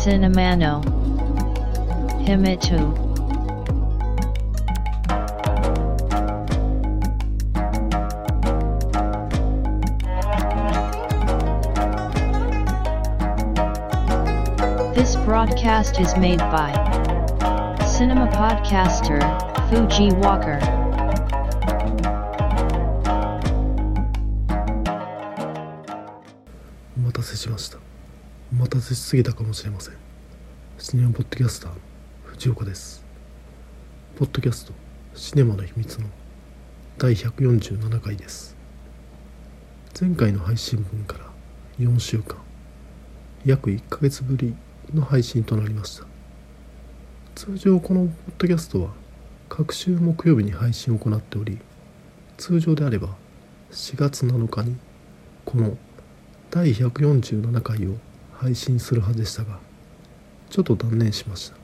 Cinemano Himitu This broadcast is made by Cinema Podcaster Fuji Walker. お待たせしました。お待たせしすぎたかもしれません。シネマポッドキャスター藤岡です。ポッドキャストシネマの秘密の第147回です。前回の配信分から4週間、約1ヶ月ぶりの配信となりました。通常このポッドキャストは各週木曜日に配信を行っており、通常であれば4月7日にこの第147回を配信するはずでしたが、ちょっと断念しました。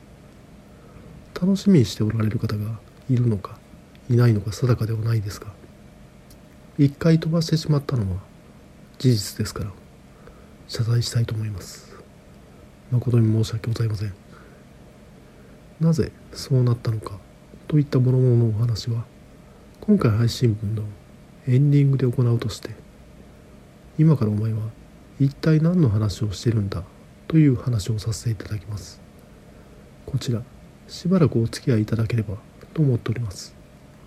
楽しみにしておられる方がいるのかいないのか定かではないですが、一回飛ばしてしまったのは事実ですから謝罪したいと思います。誠に申し訳ございません。なぜそうなったのかといった諸々のお話は今回配信分のエンディングで行うとして、今からお前は一体何の話をしてるんだという話をさせていただきます。こちらしばらくお付き合いいただければと思っております。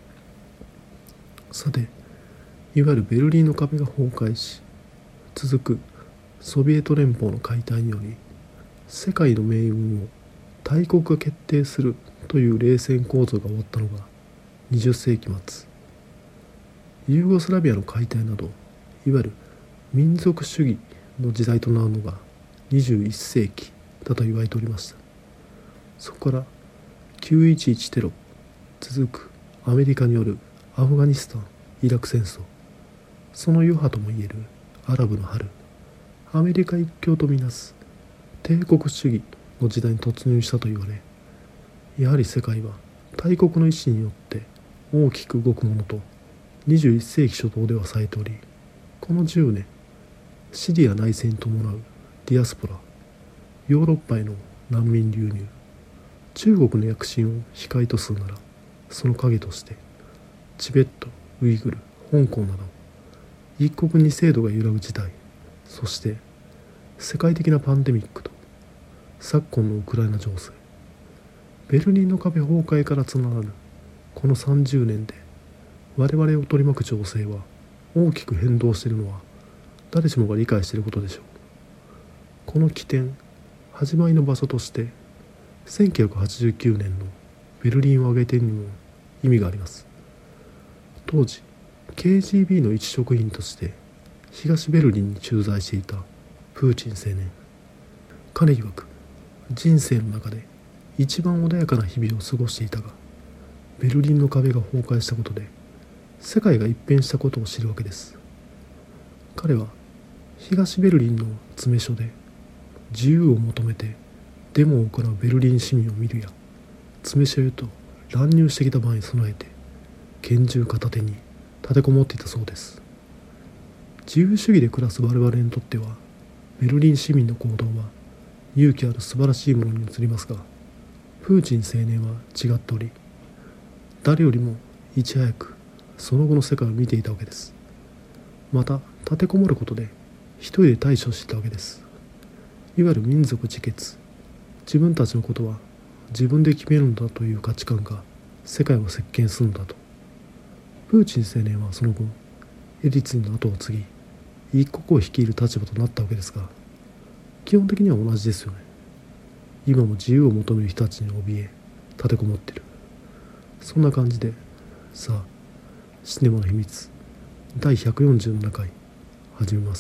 さて、いわゆるベルリンの壁が崩壊し、続くソビエト連邦の解体により世界の命運を大国が決定するという冷戦構造が終わったのが20世紀末。ユーゴスラビアの解体など、いわゆる民族主義の時代となるのが21世紀だと言われておりました。そこから911テロ、続くアメリカによるアフガニスタン・イラク戦争、その余波ともいえるアラブの春、アメリカ一強とみなす帝国主義の時代に突入したと言われ、やはり世界は大国の意志によって大きく動くものと21世紀初頭ではされており、この10年シリア内戦に伴うディアスポラ、ヨーロッパへの難民流入、中国の躍進を控えとするならその影としてチベット、ウイグル、香港など一国二制度が揺らぐ事態、そして世界的なパンデミックと昨今のウクライナ情勢、ベルリンの壁崩壊からつながるこの30年で我々を取り巻く情勢は大きく変動しているのは誰しもが理解していることでしょう。この起点、始まりの場所として1989年のベルリンを挙げているにも意味があります。当時 KGB の一職員として東ベルリンに駐在していたプーチン青年、彼曰く人生の中で一番穏やかな日々を過ごしていたが、ベルリンの壁が崩壊したことで世界が一変したことを知るわけです。彼は東ベルリンの詰め所で自由を求めてデモを行うベルリン市民を見るや、詰め所へと乱入してきた場合に備えて拳銃片手に立てこもっていたそうです。自由主義で暮らす我々にとってはベルリン市民の行動は勇気ある素晴らしいものに映りますが、プーチン青年は違っており、誰よりもいち早くその後の世界を見ていたわけです。また立てこもることで一人で対処していたわけです。いわゆる民族自決、自分たちのことは自分で決めるんだという価値観が世界を席巻するんだと。プーチン青年はその後エリツィンの後を継ぎ一国を率いる立場となったわけですが、基本的には同じですよね。今も自由を求める人たちに怯え立てこもっている。そんな感じで、さあシネマの秘密第147回始めます。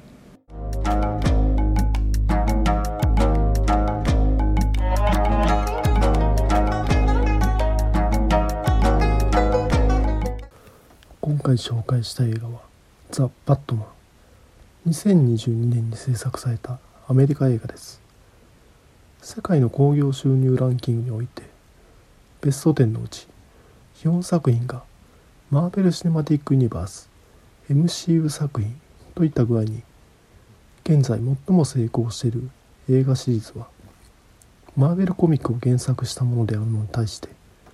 今回紹介した映画はザ・バットマン。2022年に制作されたアメリカ映画です。世界の興行収入ランキングにおいてベスト10のうち4作品がマーベル・シネマティック・ユニバース MCU 作品といった具合に現在最も成功している映画シリーズはマーベルコミックを原作したものであるのに対して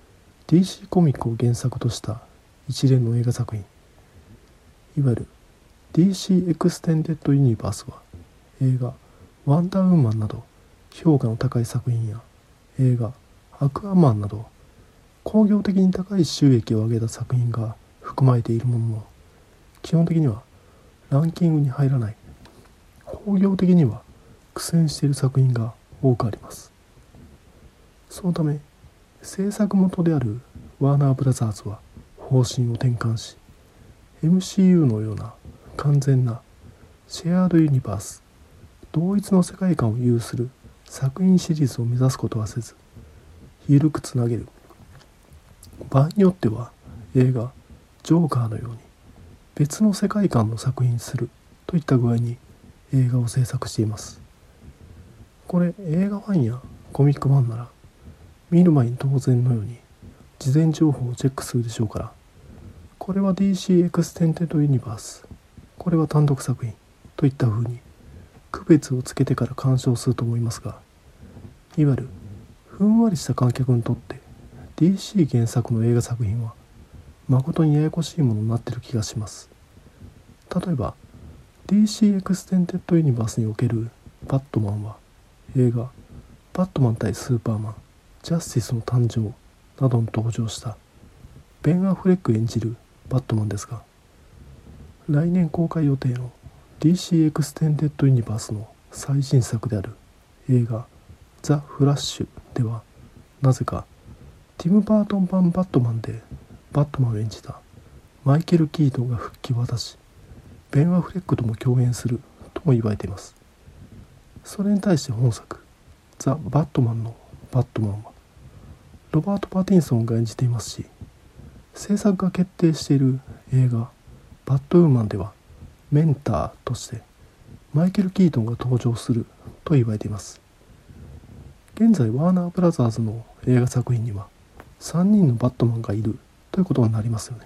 DC コミックを原作とした一連の映画作品、いわゆる DC エクステンデッドユニバースは映画ワンダーウーマンなど評価の高い作品や映画アクアマンなど興行的に高い収益を上げた作品が含まれているものの、基本的にはランキングに入らない、興行的には苦戦している作品が多くあります。そのため制作元であるワーナーブラザーズは方針を転換し、 MCU のような完全なシェアードユニバース、同一の世界観を有する作品シリーズを目指すことはせず、緩くつなげる、場合によっては映画ジョーカーのように別の世界観の作品にするといった具合に映画を制作しています。これ映画ファンやコミックファンなら見る前に当然のように事前情報をチェックするでしょうから、これは DC エクステンデッドユニバース、これは単独作品といった風に区別をつけてから鑑賞すると思いますが、いわゆるふんわりした観客にとって DC 原作の映画作品は誠にややこしいものになっている気がします。例えば DC エクステンデッドユニバースにおけるバットマンは映画バットマン対スーパーマンジャスティスの誕生などに登場したベン・アフレック演じるバットマンですが、来年公開予定の DC エクステンデッドユニバースの最新作である映画ザ・フラッシュでは、なぜかティム・バートン版バットマンでバットマンを演じたマイケル・キートンが復帰を果たし、ベン・アフレックとも共演するとも言われています。それに対して本作ザ・バットマンのバットマンはロバート・パティンソンが演じていますし、制作が決定している映画バットウーマンではメンターとしてマイケル・キートンが登場すると言われています。現在ワーナーブラザーズの映画作品には3人のバットマンがいるということになりますよね。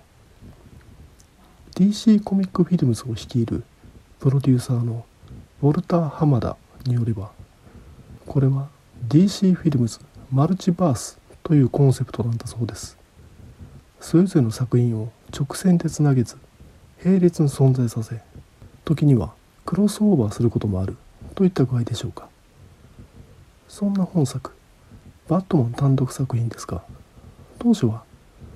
DC コミックフィルムズを率いるプロデューサーのウォルター・ハマダによれば、これは DC フィルムズマルチバースというコンセプトなんだそうです。それぞれの作品を直線でつなげず並列に存在させ、時にはクロスオーバーすることもあるといった具合でしょうか。そんな本作バットマン単独作品ですが、当初は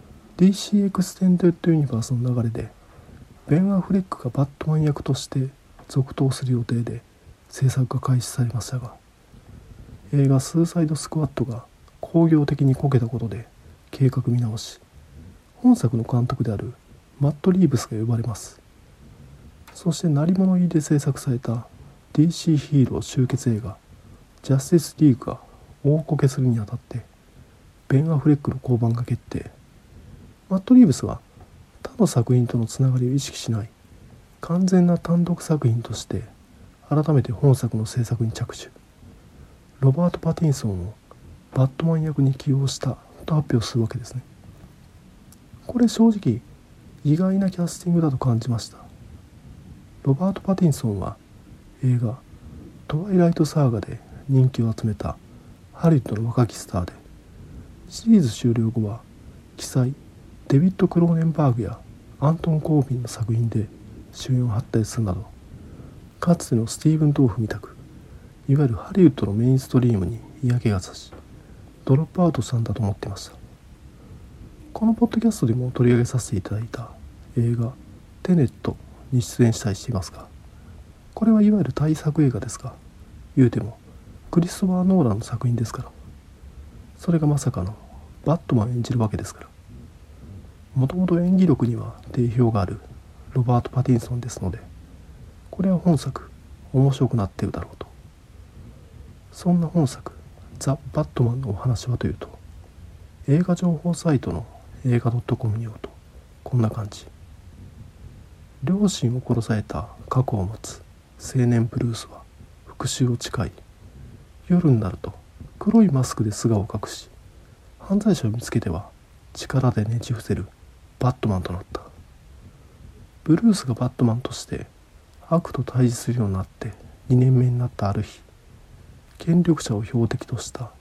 DC エクステンデッドユニバースの流れでベン・アフレックがバットマン役として続投する予定で制作が開始されましたが、映画スーサイドスクワットが興行的にこけたことで計画見直し、本作の監督であるマット・リーブスが呼ばれます。そして鳴り物入りで制作された DC ヒーロー集結映画ジャスティスリーグが大こけするにあたってベン・アフレックの降板が決定。マット・リーブスは他の作品とのつながりを意識しない完全な単独作品として改めて本作の制作に着手。ロバート・パティンソンをバットマン役に起用したと発表するわけですね。これ正直意外なキャスティングだと感じました。ロバート・パティンソンは映画トワイライト・サーガで人気を集めたハリウッドの若きスターで、シリーズ終了後は奇才デビッド・クローネンバーグやアントン・コービンの作品で主演を張ったりするなど、かつてのスティーブン・ドーフみたくいわゆるハリウッドのメインストリームに嫌気がさしドロップアウトしたんだと思っていました。このポッドキャストでも取り上げさせていただいた映画テネットに出演したりしていますが、これはいわゆる大作映画ですが、言うてもクリストファー・ノーランの作品ですから、それがまさかのバットマン演じるわけですから、もともと演技力には定評があるロバート・パティンソンですので、これは本作面白くなっているだろうと。そんな本作ザ・バットマンのお話はというと、映画情報サイトの映画 .com によるとこんな感じ。両親を殺された過去を持つ青年ブルースは復讐を誓い、夜になると黒いマスクで素顔を隠し、犯罪者を見つけては力でねじ伏せるバットマンとなった。ブルースがバットマンとして悪と対峙するようになって2年目になったある日、権力者を標的とした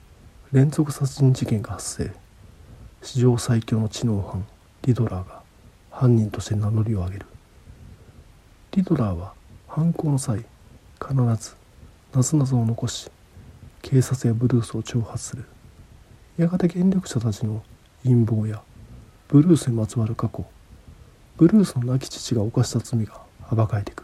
連続殺人事件が発生。史上最強の知能犯リドラーが犯人として名乗りを上げる。リドラーは犯行の際、必ずなぞなぞを残し、警察やブルースを挑発する。やがて権力者たちの陰謀やブルースにまつわる過去、ブルースの亡き父が犯した罪が暴かれていく。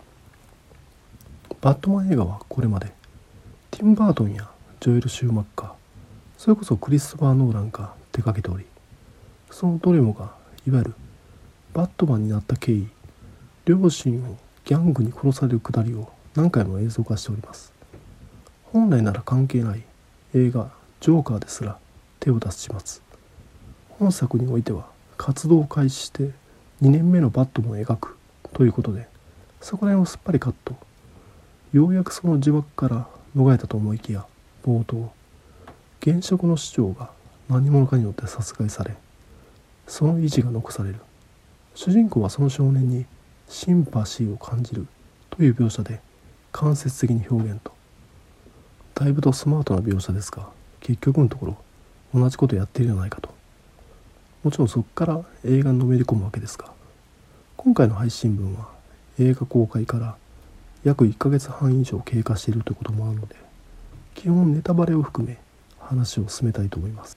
バットマン映画はこれまでティム・バートンやジョエル・シューマッカー、それこそクリストファー・ノーランが手掛けており、そのどれもがいわゆるバットマンになった経緯、両親をギャングに殺されるくだりを何回も映像化しております。本来なら関係ない映画ジョーカーですら手を出す始末。本作においては活動を開始して2年目のバットマンを描くということで、そこら辺をすっぱりカット。ようやくその呪縛から逃れたと思いきや、冒頭現職の市長が何者かによって殺害され、その意地が残される。主人公はその少年にシンパシーを感じるという描写で間接的に表現と、だいぶとスマートな描写ですが、結局のところ同じことやっているじゃないかと。もちろんそこから映画にのめり込むわけですが、今回の配信分は映画公開から約1ヶ月半以上経過しているということもあるので、基本ネタバレを含め話を進めたいと思います。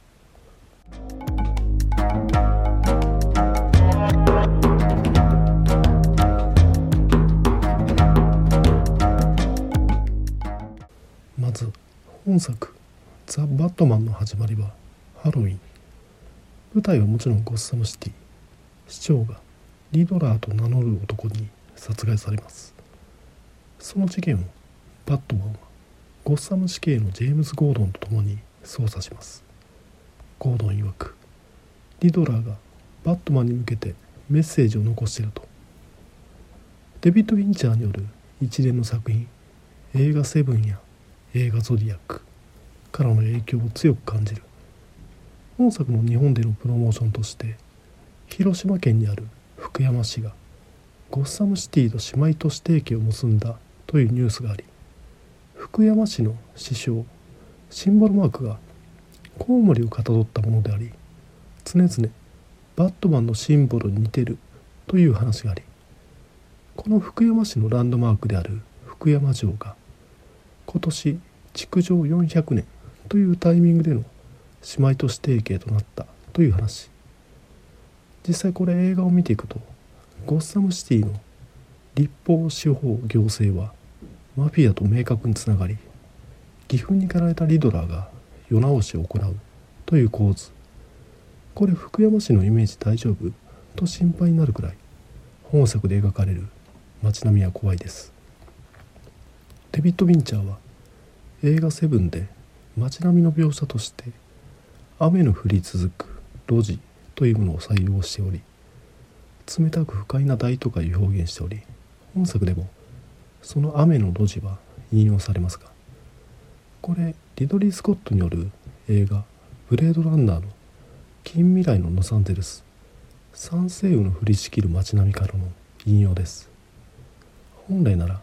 まず本作ザ・バットマンの始まりはハロウィン。舞台はもちろんゴッサムシティ。市長がリドラーと名乗る男に殺害されます。その事件をバットマンはゴッサム市警のジェームズ・ゴードンと共に捜査します。ゴードン曰く、リドラーがバットマンに向けてメッセージを残していると。デビッド・フィンチャーによる一連の作品、映画セブンや映画ゾディアックからの影響を強く感じる。本作の日本でのプロモーションとして、広島県にある福山市がゴッサムシティと姉妹都市提携を結んだというニュースがあり、福山市の市章シンボルマークがコウモリをかたどったものであり、常々バットマンのシンボルに似てるという話があり、この福山市のランドマークである福山城が今年築城400年というタイミングでの姉妹都市提携となったという話。実際これ映画を見ていくと、ゴッサムシティの立法司法行政はマフィアと明確につながり、義憤に駆られたリドラーが世直しを行うという構図。これ福山市のイメージ大丈夫と心配になるくらい本作で描かれる街並みは怖いです。デビッド・ヴィンチャーは映画セブンで街並みの描写として雨の降り続く路地というものを採用しており、冷たく不快な大都会を表現しており、本作でもその雨の路地は引用されますが、これリドリー・スコットによる映画ブレードランナーの近未来のロサンゼルス、酸性雨の降りしきる街並みからの引用です。本来なら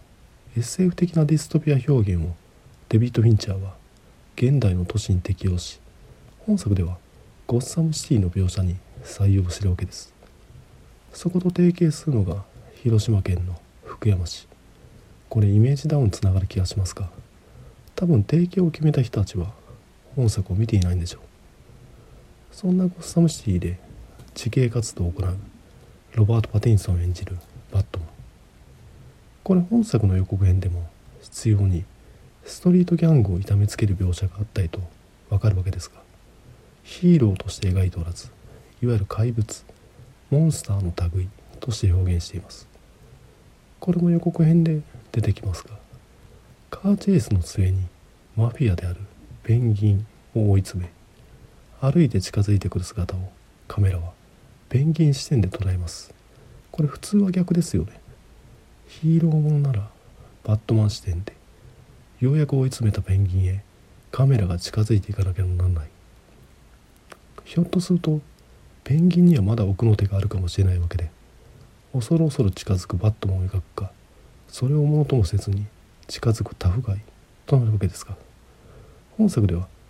SF 的なディストピア表現をデビッド・フィンチャーは現代の都市に適用し、本作ではゴッサムシティの描写に採用しているわけです。そこと提携するのが広島県の福山市。これイメージダウンにつながる気がしますが、多分提携を決めた人たちは本作を見ていないんでしょう。そんなゴッサムシティで地形活動を行うロバート・パティンソン演じるバットマン。これ本作の予告編でも必要にストリートギャングを痛めつける描写があったりとわかるわけですが、ヒーローとして描いておらず、いわゆる怪物、モンスターの類として表現しています。これも予告編で出てきますが、カーチェイスの末にマフィアであるペンギンを追い詰め、歩いて近づいてくる姿をカメラはペンギン視点で捉えます。これ普通は逆ですよね。ヒーローものならバットマン視点で、ようやく追い詰めたペンギンへカメラが近づいていかなきゃならない。ひょっとするとペンギンにはまだ奥の手があるかもしれないわけで、恐る恐る近づくバットマンを描くか、それをものともせずに近づくタフガイとなるわけですが、本作では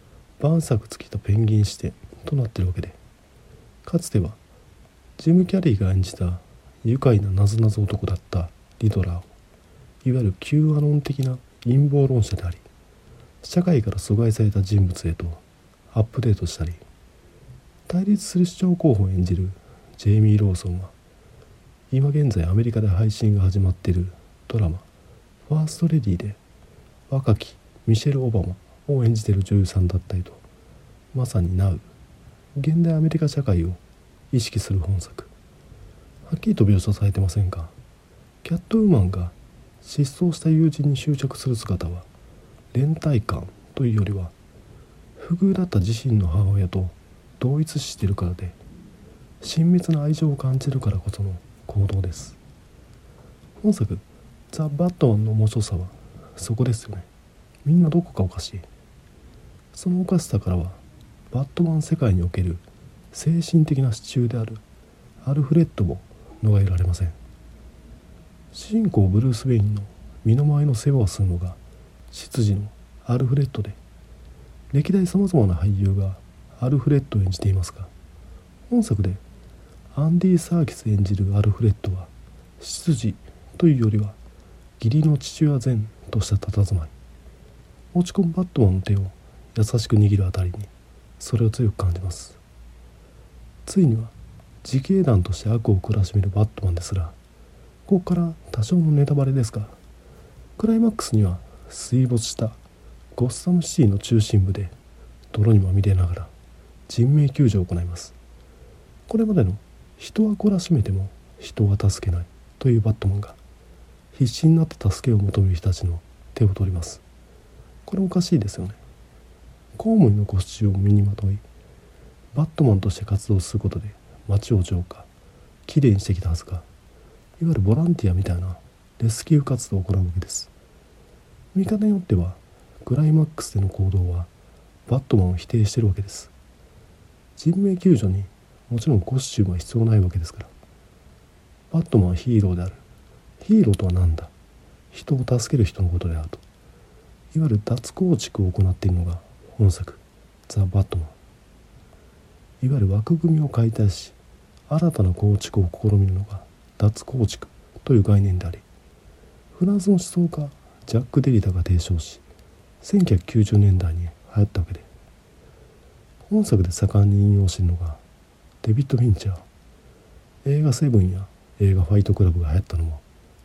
晩作尽きたペンギン視点となっているわけで、かつてはジム・キャリーが演じた愉快ななぞなぞ男だったリドラーを、いわゆる Q アノン的な陰謀論者であり、社会から阻害された人物へとアップデートしたり、対立する市長候補を演じるジェイミー・ローソンは、今現在アメリカで配信が始まっているドラマ「ファーストレディ」で若きミシェル・オバマを演じている女優さんだったりと、まさに Now 現代アメリカ社会を意識する本作。はっきりと描写されてませんが、キャットウーマンが失踪した友人に執着する姿は連帯感というよりは、不遇だった自身の母親と同一視しているからで、親密な愛情を感じるからこその行動です。本作ザ・バットマンの面白さはそこですよね。みんなどこかおかしい。そのおかしさからは、バットマン世界における精神的な支柱であるアルフレッドも逃れられません。主人公ブルース・ウェインの身の回りの世話をするのが執事のアルフレッドで、歴代さまざまな俳優がアルフレッドを演じていますが、本作でアンディ・サーキス演じるアルフレッドは執事というよりは義理の父親前とした佇まい、落ち込むバットマンの手を優しく握るあたりにそれを強く感じます。ついには自警団として悪を懲らしめるバットマンですら、ここから多少のネタバレですが、クライマックスには水没したゴッサムシティの中心部で泥にまみれながら人命救助を行います。これまでの人は懲らしめても人は助けないというバットマンが、必死になって助けを求める人たちの手を取ります。これおかしいですよね。公務員のコスチュームを身にまとい、バットマンとして活動することで街を浄化きれいにしてきたはずが、いわゆるボランティアみたいなレスキュー活動を行うわけです。見方によってはクライマックスでの行動はバットマンを否定しているわけです。人命救助にもちろんコスチュームは必要ないわけですから。バットマンはヒーローである。ヒーローとは何だ、人を助ける人のことであると、いわゆる脱構築を行っているのが本作ザ・バットマン。いわゆる枠組みを解体し新たな構築を試みるのが脱構築という概念であり、フランスの思想家ジャック・デリダが提唱し、1990年代に流行ったわけで、本作で盛んに引用しているのがデビッド・フィンチャー。映画セブンや映画ファイトクラブが流行ったのも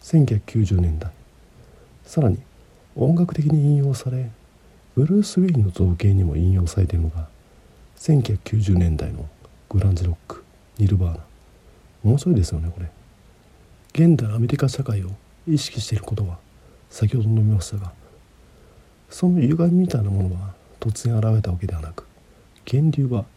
1990年代。さらに音楽的に引用され、ブルース・ウェインの造形にも引用されているのが1990年代のグランジロック、ニルバーナ。面白いですよねこれ。現代アメリカ社会を意識していることは先ほど述べましたが、その歪みみたいなものは突然現れたわけではなく、源流は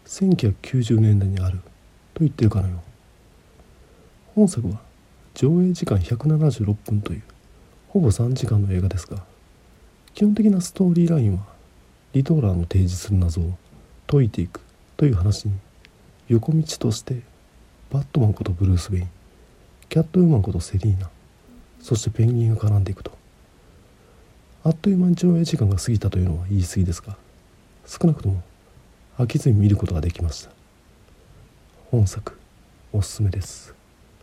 1990年代にあると言ってるかのよう。本作は上映時間176分というほぼ3時間の映画ですが、基本的なストーリーラインはリドーラーの提示する謎を解いていくという話に、横道としてバットマンことブルース・ウェイン、キャットウーマンことセリーナ、そしてペンギンが絡んでいくと。あっという間に上映時間が過ぎたというのは言い過ぎですが、少なくとも飽きずに見ることができました。本作おすすめです。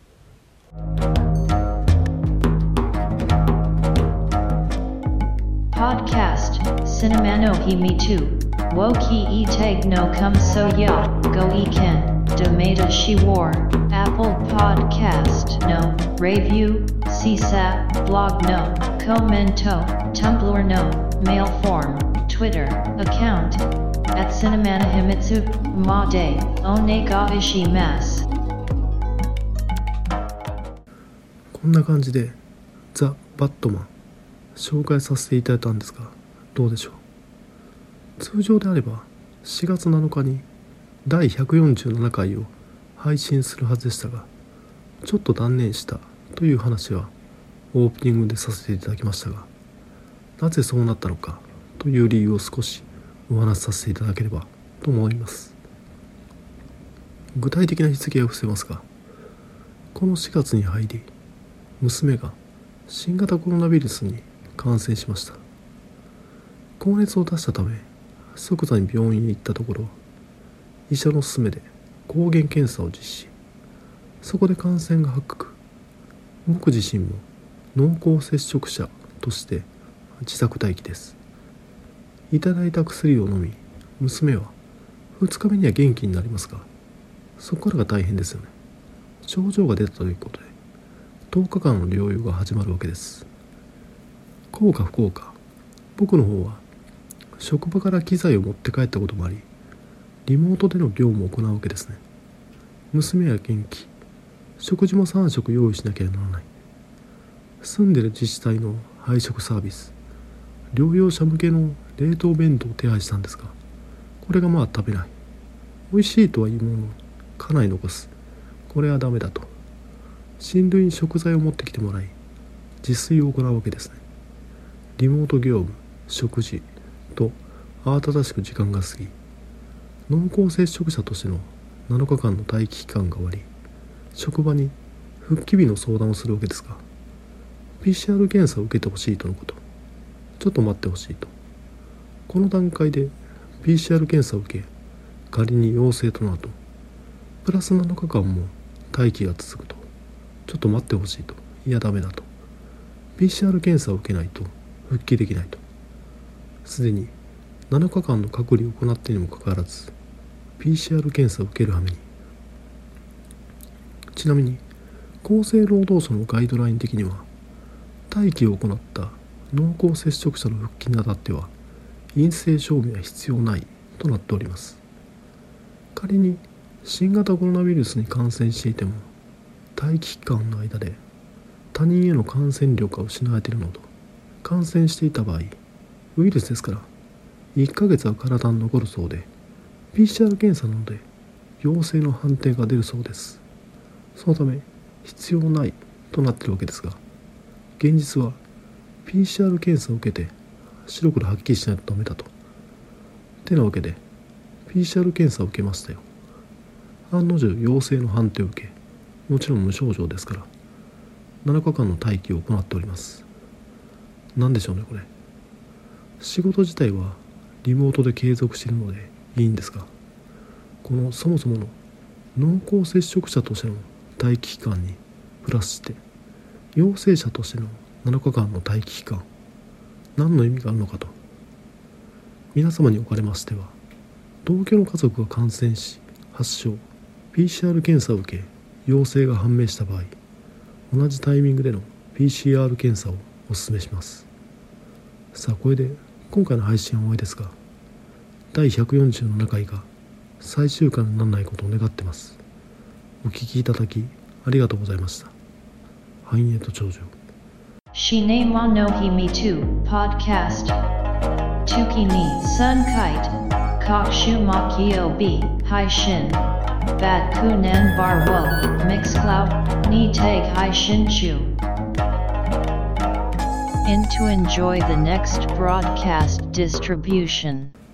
Podcast Cinema no Himi 2 Woki e Teg no Kum So Ya Go e Ken Domata She War Apple Podcast no Review CSAT Blog no Commento Tumblr no Mail Form Twitter Account at Cinemana Himitsu Made Onega Ishimasu。 こんな感じでザ・バットマン紹介させていただいたんですが、どうでしょう。通常であれば4月7日に第147回を配信するはずでしたが、ちょっと断念したという話はオープニングでさせていただきましたが、なぜそうなったのかという理由を少しお話しさせていただければと思います。具体的な日付は伏せますが、この4月に入り娘が新型コロナウイルスに感染しました。高熱を出したため即座に病院へ行ったところ、医者の勧めで抗原検査を実施。そこで感染が発覚。僕自身も濃厚接触者として自宅待機です。いただいた薬を飲み、娘は2日目には元気になりますが、そこからが大変ですよね。症状が出たということで10日間の療養が始まるわけです。幸か不幸か、僕の方は職場から機材を持って帰ったこともあり、リモートでの業務を行うわけですね。娘は元気、食事も3食用意しなければならない。住んでる自治体の配食サービス、療養者向けの冷凍弁当を手配したんですが、これがまあ食べない。美味しいとは言うものの家内残す。これはダメだと、親類に食材を持ってきてもらい自炊を行うわけですね。リモート業務、食事と慌ただしく時間が過ぎ、濃厚接触者としての7日間の待機期間が終わり、職場に復帰日の相談をするわけですが、 PCR 検査を受けてほしいとのこと。ちょっと待ってほしいと。この段階で PCR 検査を受け、仮に陽性となるとプラス7日間も待機が続くと、ちょっと待ってほしいと。いやダメだと。 PCR 検査を受けないと復帰できないと。すでに7日間の隔離を行っているにもかかわらず PCR 検査を受けるはめに。ちなみに厚生労働省のガイドライン的には、待機を行った濃厚接触者の復帰にあたっては陰性証明は必要ないとなっております。仮に新型コロナウイルスに感染していても、待機期間の間で他人への感染力が失われているのと、感染していた場合、ウイルスですから1ヶ月は体に残るそうで、 PCR 検査なので陽性の判定が出るそうです。そのため必要ないとなっているわけですが、現実は PCR 検査を受けて白黒はっきりしないとダメだと。てなわけで PCR 検査を受けましたよ。案の定陽性の判定を受け、もちろん無症状ですから7日間の待機を行っております。なんでしょうねこれ。仕事自体はリモートで継続しているのでいいんですが、このそもそもの濃厚接触者としての待機期間にプラスして陽性者としての7日間の待機期間、何の意味があるのかと。皆様におかれましては、同居の家族が感染し発症、 PCR 検査を受け陽性が判明した場合、同じタイミングでの PCR 検査をお勧めします。さあこれで今回の配信は終わりですが、第147回が最終回にならないことを願ってます。お聞きいただきありがとうございました。繁栄と長寿。 Shine wa no himi to podcast. Tuki ni sun kite. Kokshu makio b hai shin. Bat kunan bar wo mixcloud ni tag hai shin chu. In to enjoy the next broadcast distribution.